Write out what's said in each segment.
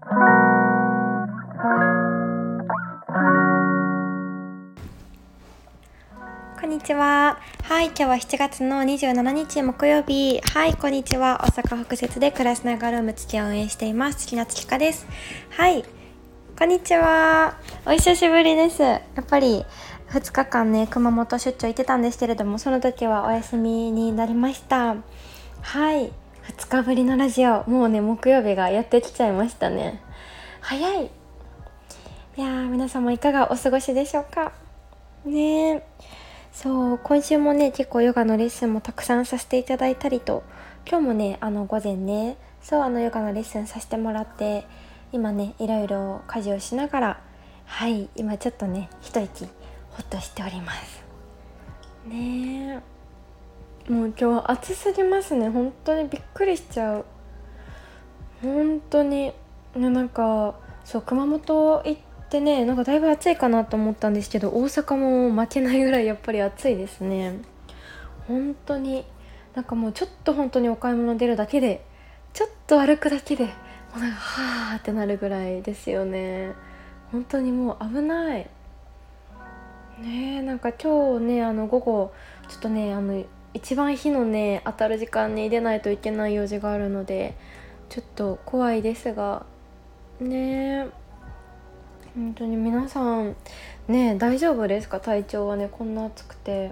こんにちは。はい、今日は7月の27日木曜日。はい、こんにちは。大阪北節で暮らしながらルーム月を運営しています。月夏きかです。はい、こんにちは。お久しぶりです。やっぱり2日間ね、熊本出張行ってたんですけれども、その時はお休みになりました。はい、2日ぶりのラジオ。もうね、木曜日がやってきちゃいましたね。早い。いやー、皆様いかがお過ごしでしょうかねえ。そう、今週もね、結構ヨガのレッスンもたくさんさせていただいたりと、今日もね、午前ね、そう、ヨガのレッスンさせてもらって、今ね、いろいろ家事をしながら、はい、今ちょっとね、一息ほっとしておりますね。もう今日暑すぎますね。本当にびっくりしちゃう。本当になんか、そう、熊本行ってね、なんかだいぶ暑いかなと思ったんですけど、大阪も負けないぐらいやっぱり暑いですね。本当になんかもうちょっと本当にお買い物出るだけで、ちょっと歩くだけでもうなんかはーってなるぐらいですよね。本当にもう危ないね。なんか今日ね、午後ちょっとね、一番日のね当たる時間に出ないといけない用事があるので、ちょっと怖いですがね。本当に皆さんね、大丈夫ですか？体調はね、こんな暑くて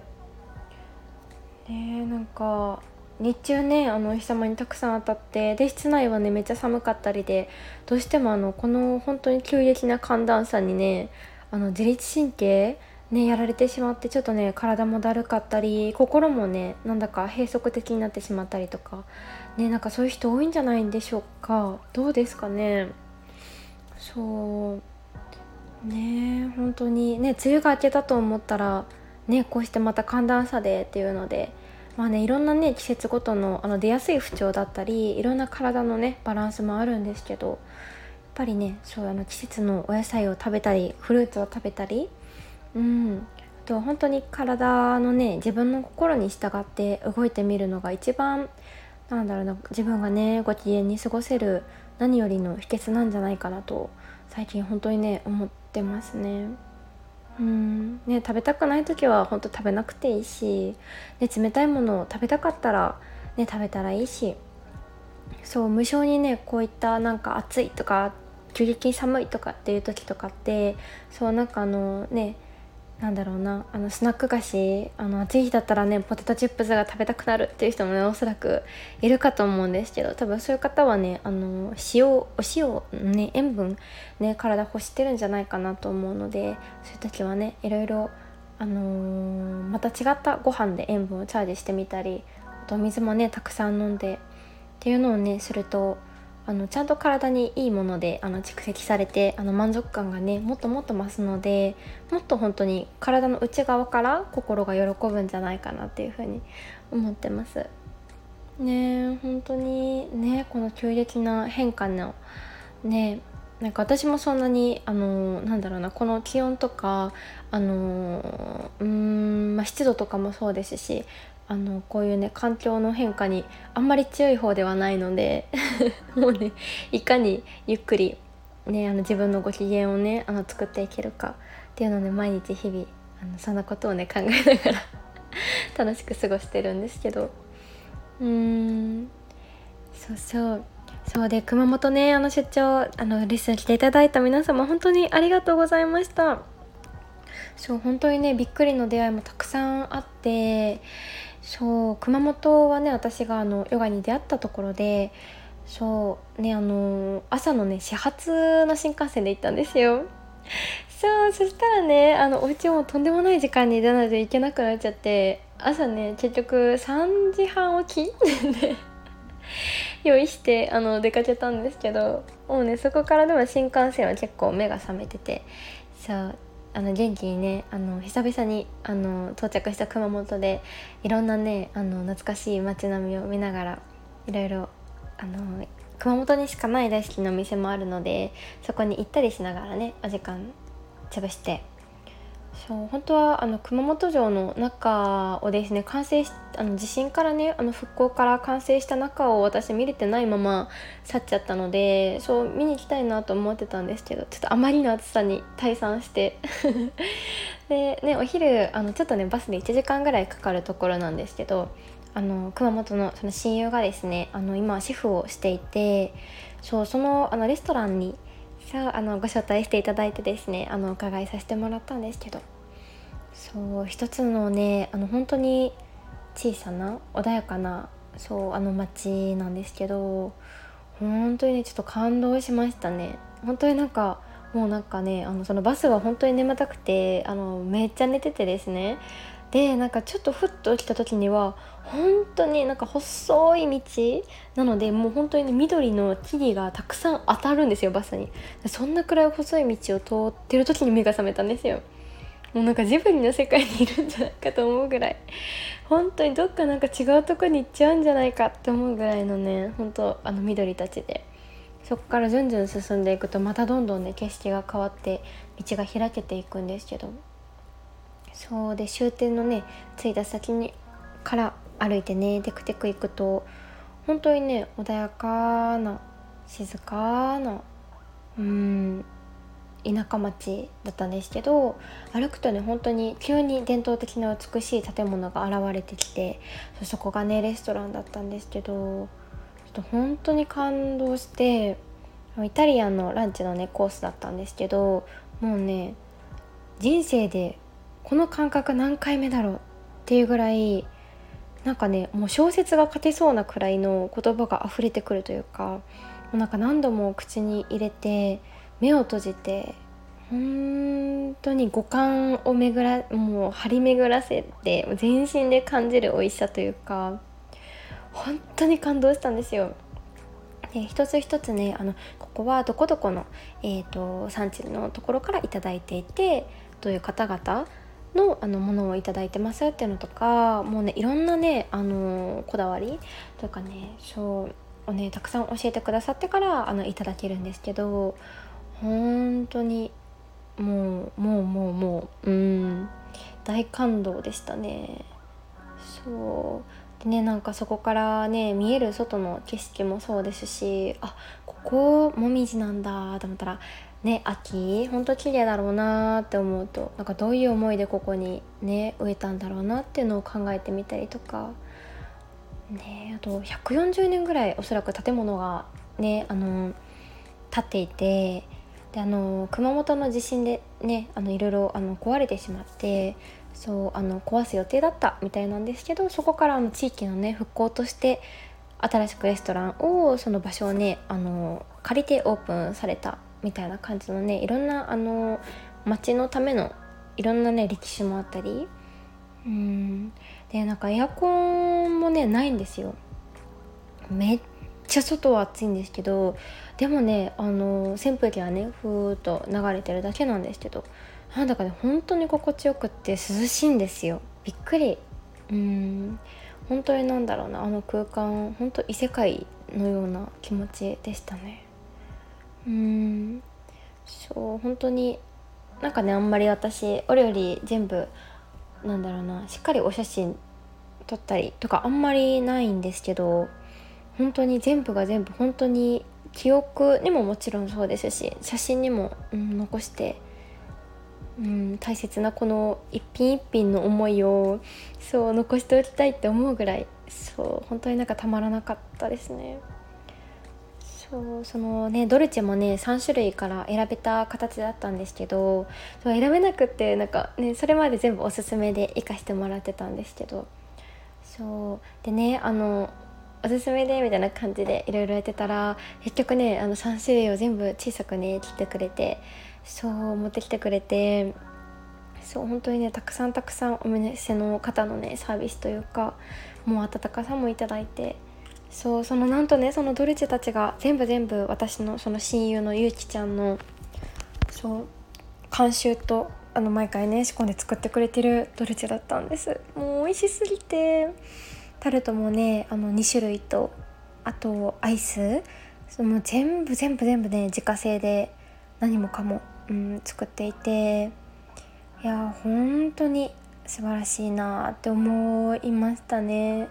ね。なんか日中ね、お日様にたくさん当たって、で室内はねめっちゃ寒かったりで、どうしてもこの本当に急激な寒暖差にね、自律神経ねやられてしまって、ちょっとね体もだるかったり、心もねなんだか閉塞的になってしまったりとかね、なんかそういう人多いんじゃないんでしょうか。どうですかね。そうね、本当にね、梅雨が明けたと思ったらね、こうしてまた寒暖差でっていうので、まあね、いろんなね季節ごとの出やすい不調だったり、いろんな体のねバランスもあるんですけど、やっぱりね、そう季節のお野菜を食べたり、フルーツを食べたり、あとは本当に体のね、自分の心に従って動いてみるのが一番、なんだろうな、自分がねご機嫌に過ごせる何よりの秘訣なんじゃないかなと最近本当にね思ってますね。ね、食べたくない時は本当食べなくていいし、ね、冷たいものを食べたかったら、ね、食べたらいいし、そう無性にね、こういったなんか暑いとか急激に寒いとかっていう時とかって、そうなんかね、なんだろうな、スナック菓子、暑い日だったらねポテトチップスが食べたくなるっていう人もね、おそらくいるかと思うんですけど、多分そういう方はね、お塩ね、塩分ね、体欲してるんじゃないかなと思うので、そういう時はね、いろいろまた違ったご飯で塩分をチャージしてみたり、あと水もねたくさん飲んでっていうのをねすると、ちゃんと体にいいもので蓄積されて、満足感がねもっともっと増すので、もっと本当に体の内側から心が喜ぶんじゃないかなっていう風に思ってますね。本当にね、この急激な変化のね、なんか私もそんなになんだろうな、この気温とか湿度とかもそうですし、こういうね環境の変化にあんまり強い方ではないのでもうね、いかにゆっくりね、自分のご機嫌をね作っていけるかっていうのをね、毎日日々そんなことをね考えながら楽しく過ごしてるんですけど、そうで、熊本ね、出張レッスン来ていただいた皆様、本当にありがとうございました。そう本当にね、びっくりの出会いもたくさんあって、そう熊本はね、私がヨガに出会ったところで、そうね、朝のね始発の新幹線で行ったんですよ。そしたらね、お家もとんでもない時間に出ないといけなくなっちゃって、朝ね結局3時半起きで用意して出かけたんですけど、もうねそこからでも新幹線は結構目が覚めてて、そう元気にね久々に到着した熊本で、いろんなね懐かしい街並みを見ながら、いろいろ熊本にしかない大好きなお店もあるので、そこに行ったりしながらね、お時間潰して、 そう本当は熊本城の中をですね、完成し地震からね復興から完成した中を私見れてないまま去っちゃったので、そう見に行きたいなと思ってたんですけど、ちょっとあまりの暑さに退散してでね、お昼ちょっとねバスで1時間ぐらいかかるところなんですけど、熊本のその親友がですね今シェフをしていて、そのレストランにご招待していただいてですねお伺いさせてもらったんですけど、そう一つのね本当に小さな穏やかな町なんですけど、本当にねちょっと感動しましたね。本当にもうねそのバスは本当に眠たくてめっちゃ寝ててですね、でちょっとふっと起きた時には本当に細い道なので、もう本当にね緑の木々がたくさん当たるんですよバスに。そんなくらい細い道を通ってる時に目が覚めたんですよ。もうジブリの世界にいるんじゃないかと思うぐらい、本当にどっか違うとこに行っちゃうんじゃないかって思うぐらいのね、本当緑たちで、そこからずんずん進んでいくとまたどんどんね景色が変わって道が開けていくんですけど、そうで終点のね着いた先にから歩いてねテクテク行くと、本当にね穏やかな静かな田舎町だったんですけど、歩くとね本当に急に伝統的な美しい建物が現れてきて、そこがねレストランだったんですけど、ちょっと本当に感動して、イタリアンのランチのねコースだったんですけど、もうね人生でこの感覚何回目だろうっていうぐらい、もう小説が書けそうなくらいの言葉が溢れてくるというか、もう何度も口に入れて目を閉じて本当に五感をもう張り巡らせて全身で感じる美味しさというか、本当に感動したんですよ。で一つ一つねここはどこどこの、産地のところからいただいていて、どういう方々のものをいただいてますっていうのとか、もうねいろんなねこだわりというかねをねたくさん教えてくださってからいただけるんですけど、本当にもう大感動でしたね。そうでねそこからね見える外の景色もそうですし、ここもみじなんだと思ったらね、秋ほんと綺麗だろうなって思うと、どういう思いでここにね植えたんだろうなっていうのを考えてみたりとかね、あと140年ぐらいおそらく建物がね建っていて、で熊本の地震でねいろいろ壊れてしまって、壊す予定だったみたいなんですけど、そこから地域のね復興として新しくレストランをその場所をね借りてオープンされたみたいな感じのね、いろんな町のためのいろんなね歴史もあったり、でエアコンもねないんですよ。めっちゃ外は暑いんですけど、でもね扇風機はねふーっと流れてるだけなんですけど、なんだかね本当に心地よくって涼しいんですよ。びっくり。本当に空間本当異世界のような気持ちでしたね。そう本当にあんまり私お料理全部しっかりお写真撮ったりとかあんまりないんですけど、本当に全部が全部本当に記憶にももちろんそうですし、写真にも、残して、大切なこの一品一品の思いを残しておきたいって思うぐらい、本当にたまらなかったですね。そのねドルチェもね3種類から選べた形だったんですけど、選べなくってそれまで全部おすすめで活かしてもらってたんですけど、でねおすすめでみたいな感じでいろいろやってたら、結局ね3種類を全部小さくね切ってくれて、持ってきてくれて、本当にねたくさんお店の方のねサービスというか、もう温かさもいただいて、なんとねそのドルチェたちが全部私のその親友のゆうきちゃんの監修と毎回ね仕込んで作ってくれてるドルチェだったんです。もう美味しすぎて、タルトもね2種類と、あとアイスもう全部ね自家製で何もかも、作っていて、 いや本当に素晴らしいなって思いましたね。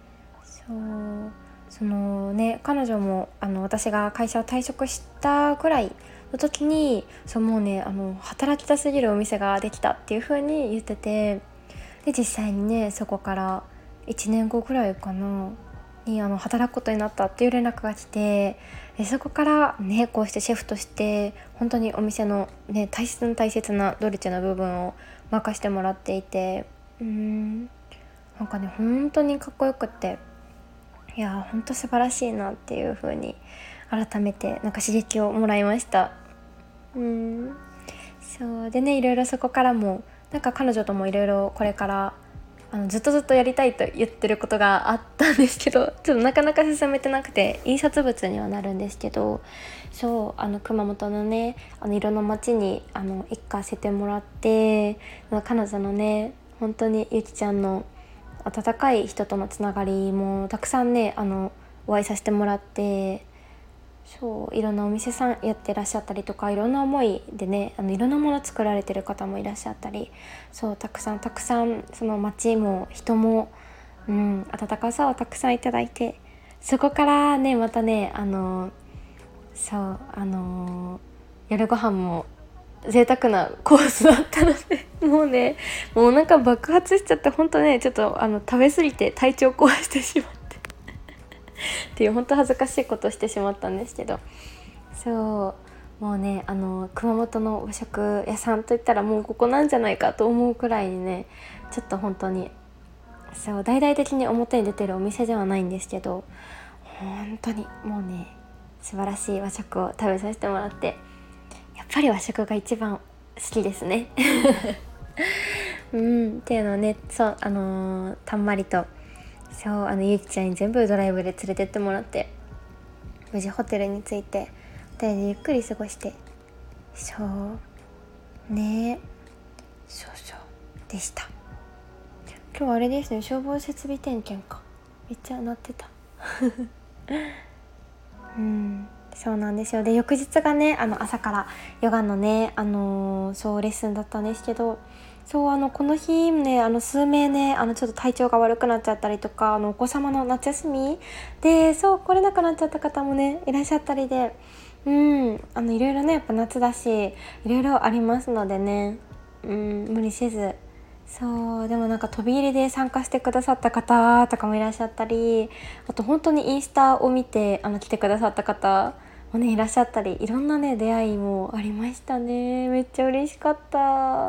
そのね、彼女も私が会社を退職したぐらいの時にもうね働きたすぎるお店ができたっていう風に言ってて、で実際にねそこから1年後ぐらいかなに働くことになったっていう連絡が来て、でそこからねこうしてシェフとして本当にお店のね大切なドルチェな部分を任してもらっていて、なんかね本当にかっこよくって、いや本当素晴らしいなっていう風に改めてなんか刺激をもらいました。そうでね、いろいろそこからもなんか彼女ともいろいろこれからずっとやりたいと言ってることがあったんですけど、ちょっとなかなか進めてなくて印刷物にはなるんですけど、熊本のね色の街に行かせてもらって、彼女のね本当にゆきちゃんの温かい人とのつながりもたくさんねお会いさせてもらって、いろんなお店さんやってらっしゃったりとか、いろんな思いでねいろんなもの作られてる方もいらっしゃったり、たくさんその街も人も、温かさをたくさんいただいて、そこからねまたね夜ご飯も贅沢なコースだったのでもうお腹爆発しちゃって、本当ねちょっと食べ過ぎて体調壊してしまってっていう本当恥ずかしいことをしてしまったんですけど、もうね熊本の和食屋さんといったらもうここなんじゃないかと思うくらいにね、ちょっと本当に大々的に表に出てるお店ではないんですけど、本当にもうね素晴らしい和食を食べさせてもらって、やっぱり和食が一番好きですねっていうのをねたんまりとゆきちゃんに全部ドライブで連れてってもらって、無事ホテルに着いて2人でゆっくり過ごして、でした。今日はあれですね、消防設備点検か、めっちゃ鳴ってたそうなんですよ。で翌日がね朝からヨガのねレッスンだったんですけど、この日ね数名ねちょっと体調が悪くなっちゃったりとか、お子様の夏休みで来れなくなっちゃった方もねいらっしゃったりで、いろいろねやっぱ夏だしいろいろありますのでね、無理せずでもなんか飛び入りで参加してくださった方とかもいらっしゃったり、あと本当にインスタを見て来てくださった方もねいらっしゃったり、いろんなね出会いもありましたね。めっちゃ嬉しかった。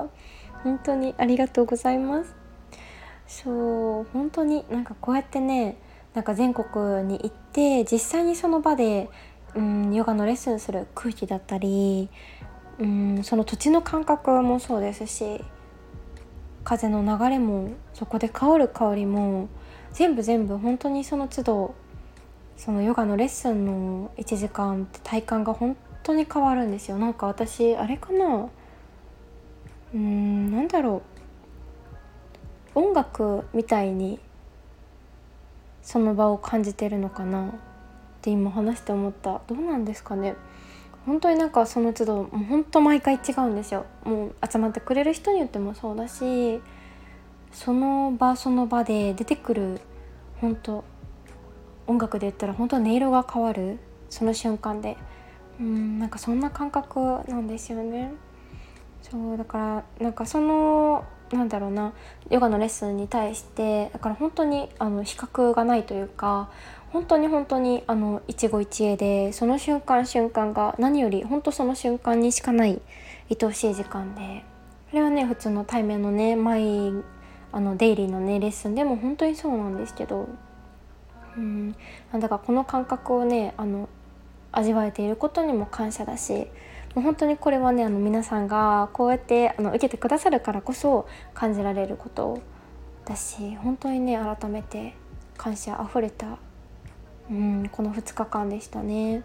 本当にありがとうございます。本当になんかこうやってねなんか全国に行って実際にその場でヨガのレッスンする空気だったり、その土地の感覚もそうですし、風の流れもそこで香る香りも全部本当にその都度そのヨガのレッスンの1時間って体感が本当に変わるんですよ。なんか私あれかな、なんだろう、音楽みたいにその場を感じてるのかなって今話して思った。どうなんですかね。本当になんかその都度本当毎回違うんですよ。もう集まってくれる人によってもそうだし、その場で出てくる本当音楽で言ったら本当音色が変わるその瞬間で、なんかそんな感覚なんですよね。だからなんかなんだろうな、ヨガのレッスンに対してだから本当に比較がないというか、本当に一期一会でその瞬間が何より本当その瞬間にしかない愛おしい時間で、これはね普通の対面のねデイリーのねレッスンでも本当にそうなんですけど、だからこの感覚をね味わえていることにも感謝だし、もう本当にこれはね皆さんがこうやって受けてくださるからこそ感じられることだし、本当にね改めて感謝あふれた、この2日間でしたね。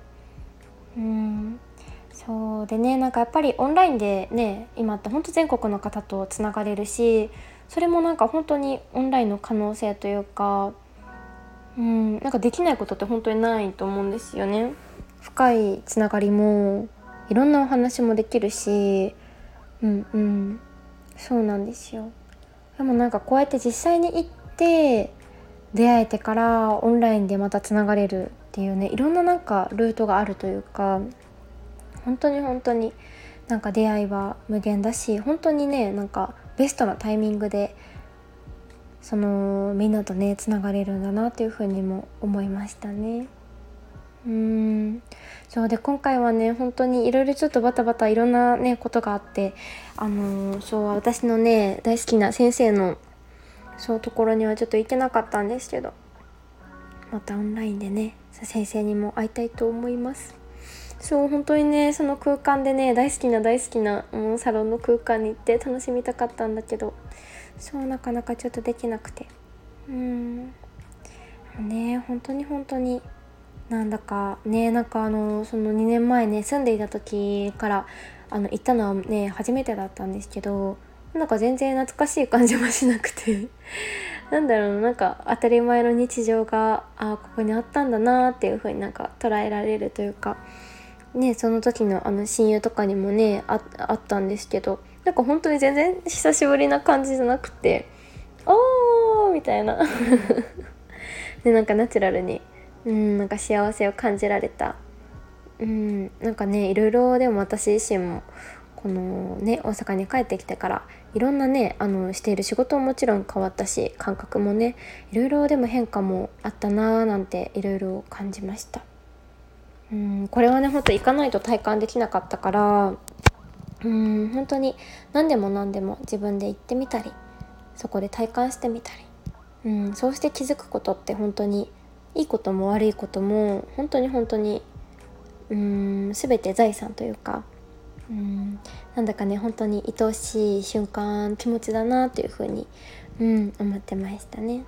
そうでね、なんかやっぱりオンラインでね今って本当全国の方とつながれるし、それもなんか本当にオンラインの可能性というか、なんかできないことって本当にないと思うんですよね。深いつながりもいろんなお話もできるし、 そうなんですよ。でもなんかこうやって実際に行って出会えてからオンラインでまたつながれるっていうね、いろんななんかルートがあるというか、本当に本当になんか出会いは無限だし、本当にねなんかベストなタイミングでそのみんなとねつながれるんだなっていうふうにも思いましたね。そうで、今回はね本当にいろいろちょっとバタバタいろんなねことがあって、そう私のね大好きな先生のそうところにはちょっと行けなかったんですけど、またオンラインでね先生にも会いたいと思います。そう本当にねその空間でね大好きなサロンの空間に行って楽しみたかったんだけど、そうなかなかちょっとできなくて、ね本当になんだかね、なんかその2年前ね住んでいた時から行ったのはね初めてだったんですけど、なんか全然懐かしい感じもしなくてなんだろう、なんか当たり前の日常がここにあったんだなっていう風になんか捉えられるというかね、その時の親友とかにもね あったんですけど、なんか本当に全然久しぶりな感じじゃなくて、おーみたいなでなんかナチュラルになんか幸せを感じられた。なんかねいろいろ、でも私自身もこのね大阪に帰ってきてからいろんなねしている仕事ももちろん変わったし、感覚もねいろいろでも変化もあったなーなんていろいろ感じました。これはね本当行かないと体感できなかったから、本当に何でも自分で行ってみたりそこで体感してみたり、そうして気づくことって本当にいいことも悪いことも本当に全て財産というか、なんだかね本当に愛おしい瞬間気持ちだなというふうに、思ってましたね。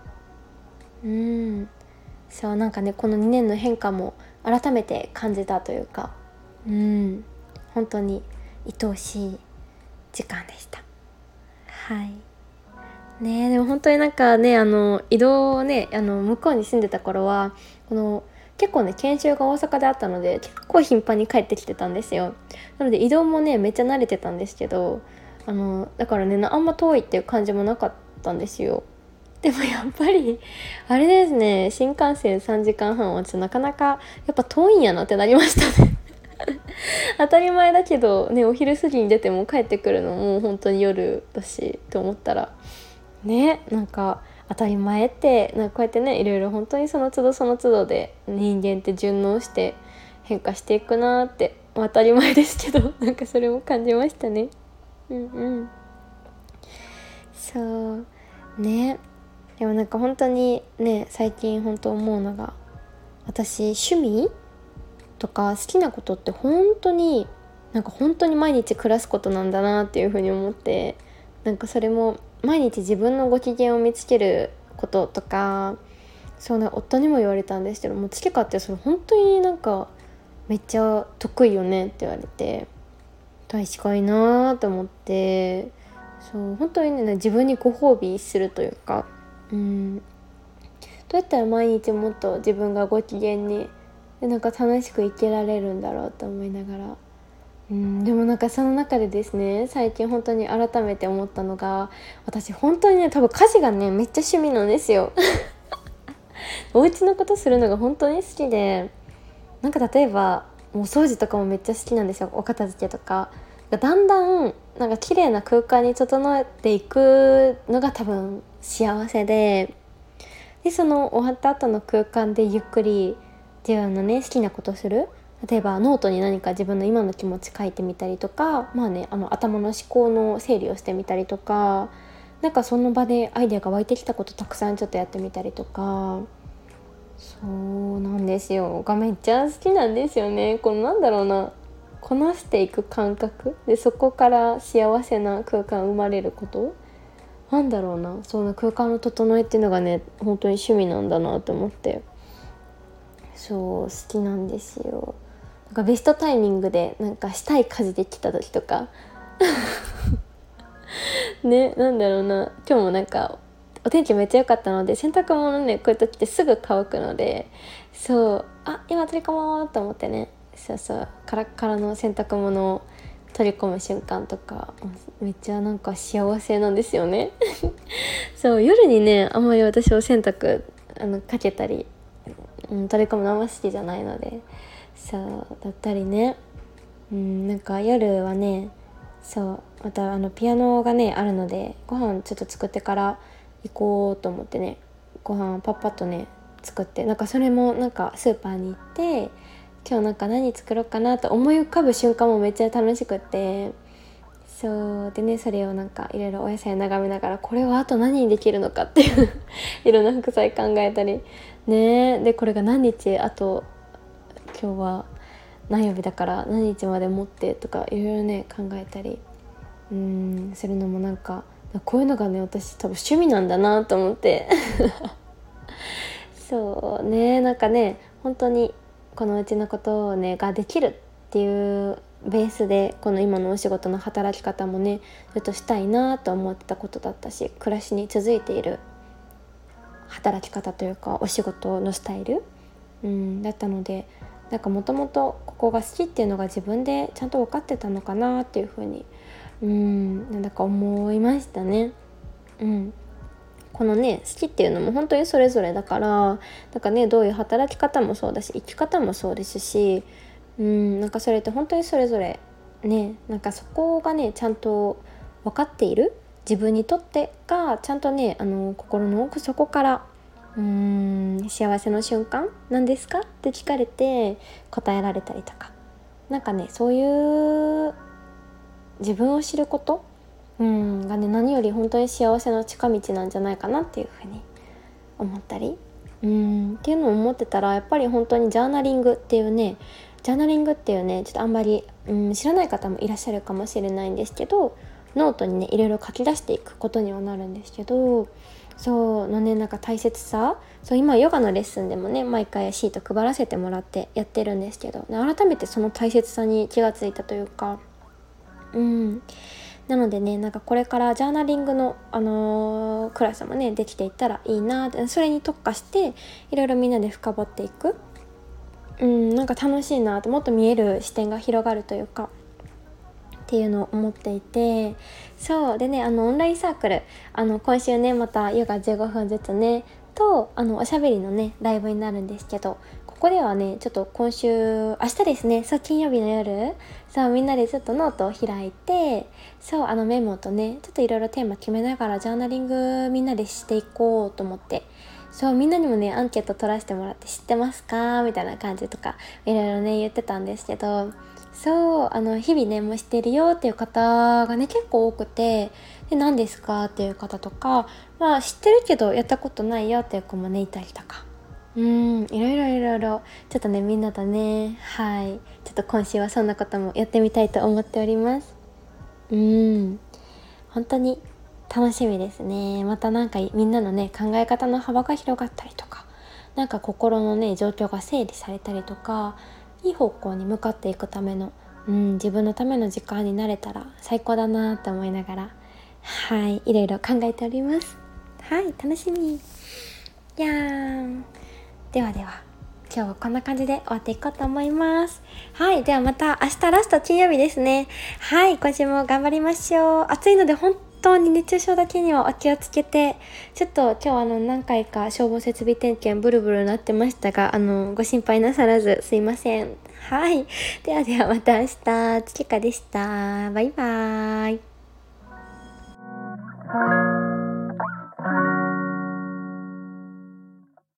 そうなんかねこの2年の変化も改めて感じたというか、本当に愛おしい時間でした。はいね。でも本当になんかね移動をね向こうに住んでた頃はこの結構ね研修が大阪であったので結構頻繁に帰ってきてたんですよ。なので移動もねめっちゃ慣れてたんですけど、だからねあんま遠いっていう感じもなかったんですよ。でもやっぱりあれですね、新幹線3時間半はなかなかやっぱ遠いんやなってなりましたね当たり前だけどね、お昼過ぎに出ても帰ってくるのもう本当に夜だしと思ったらね、なんか当たり前ってなんかこうやってねいろいろ本当にその都度その都度で人間って順応して変化していくなって、当たり前ですけどなんかそれも感じましたね。そうね。でもなんか本当にね最近本当思うのが、私趣味とか好きなことって本当に毎日暮らすことなんだなっていうふうに思って、なんかそれも毎日自分のご機嫌を見つけることとか、そうね夫にも言われたんですけど、もうつけかってそれ本当になんかめっちゃ得意よねって言われて、確かになーと思って、そう本当にね自分にご褒美するというか、どうやったら毎日もっと自分がご機嫌になんか楽しく生きられるんだろうと思いながら、でもなんかその中でですね最近本当に改めて思ったのが、私本当にね多分家事がねめっちゃ趣味なんですよお家のことするのが本当に好きで、なんか例えばもう掃除とかもめっちゃ好きなんですよ。お片付けとかだんだんなんか綺麗な空間に整えていくのが多分幸せで、その終わった後の空間でゆっくり自分のね好きなことする、例えばノートに何か自分の今の気持ち書いてみたりとか、頭の思考の整理をしてみたりとか、なんかその場でアイデアが湧いてきたことたくさんちょっとやってみたりとか、そうなんですよがめっちゃ好きなんですよね。このなんだろうな、こなしていく感覚でそこから幸せな空間生まれること、なんだろうな、その空間の整えっていうのがね本当に趣味なんだなと思って、そう好きなんですよ。なんかベストタイミングでなんかしたい家事できた時とかね、なんだろうな、今日もなんかお天気めっちゃ良かったので洗濯物ねこういう時ってすぐ乾くので、今取り込もうと思ってね、そうカラッカラの洗濯物を取り込む瞬間とかめっちゃなんか幸せなんですよねそう夜にねあんまり私お洗濯かけたり、取り込むのあんま好きじゃないので、そうだったりね、なんか夜はね、そうまたピアノがねあるので、ご飯ちょっと作ってから行こうと思ってね、ご飯パッパッとね作って、なんかそれもなんかスーパーに行って今日なんか何作ろうかなと思い浮かぶ瞬間もめっちゃ楽しくって、そうでね、それをなんかいろいろお野菜眺めながら、これはあと何にできるのかっていういろんな副菜考えたりね、でこれが何日あと、今日は何曜日だから何日まで持ってとかいろいろね考えたりするのも、なんかこういうのがね私多分趣味なんだなと思ってそうね、なんかね本当にこのうちのことをねができるっていうベースで、この今のお仕事の働き方もねずっとしたいなと思ってたことだったし、暮らしに続いている働き方というかお仕事のスタイル、だったので、なんかもともとここが好きっていうのが自分でちゃんと分かってたのかなっていうふうになんだか思いましたね。このね好きっていうのも本当にそれぞれだから、なんかねどういう働き方もそうだし生き方もそうですし、なんかそれって本当にそれぞれね、なんかそこがねちゃんと分かっている自分にとってがちゃんとね心の奥底から幸せの瞬間なんですかって聞かれて答えられたりとか、なんかねそういう自分を知ることがね何より本当に幸せの近道なんじゃないかなっていうふうに思ったりっていうのを思ってたら、やっぱり本当にジャーナリングっていうねちょっとあんまり知らない方もいらっしゃるかもしれないんですけど、ノートにねいろいろ書き出していくことにはなるんですけど、そうのねなんか大切さ、そう今ヨガのレッスンでもね毎回シート配らせてもらってやってるんですけど、改めてその大切さに気がついたというか、なのでね、なんかこれからジャーナリングの、クラスもねできていったらいいなって、それに特化していろいろみんなで深掘っていく、なんか楽しいなって、もっと見える視点が広がるというかっていうのを思っていて、そうでねオンラインサークル今週ねまたヨガ15分ずつねとおしゃべりのねライブになるんですけど、ここではねちょっと今週明日ですね、そう金曜日の夜、そうみんなでちょっとノートを開いて、そうメモとねちょっといろいろテーマ決めながらジャーナリングみんなでしていこうと思って、そうみんなにもねアンケート取らせてもらって、知ってますかみたいな感じとかいろいろね言ってたんですけど、そう日々ねもうしてるよっていう方がね結構多くて、で何ですかっていう方とか、知ってるけどやったことないよっていう子もねいたりとか、いろいろちょっとねみんなとねちょっと今週はそんなこともやってみたいと思っております。本当に楽しみですね。またなんかみんなのね考え方の幅が広がったりとか、なんか心のね状況が整理されたりとか、いい方向に向かっていくための、自分のための時間になれたら最高だなと思いながら、いろいろ考えております。楽しみ。では今日はこんな感じで終わっていこうと思います。ではまた明日ラスト金曜日ですね。今週も頑張りましょう。暑いので本当に熱中症だけにはお気をつけて、ちょっと今日何回か消防設備点検ブルブルなってましたが、ご心配なさらずすいません。ではまた明日、つきかでした。バイバーイ。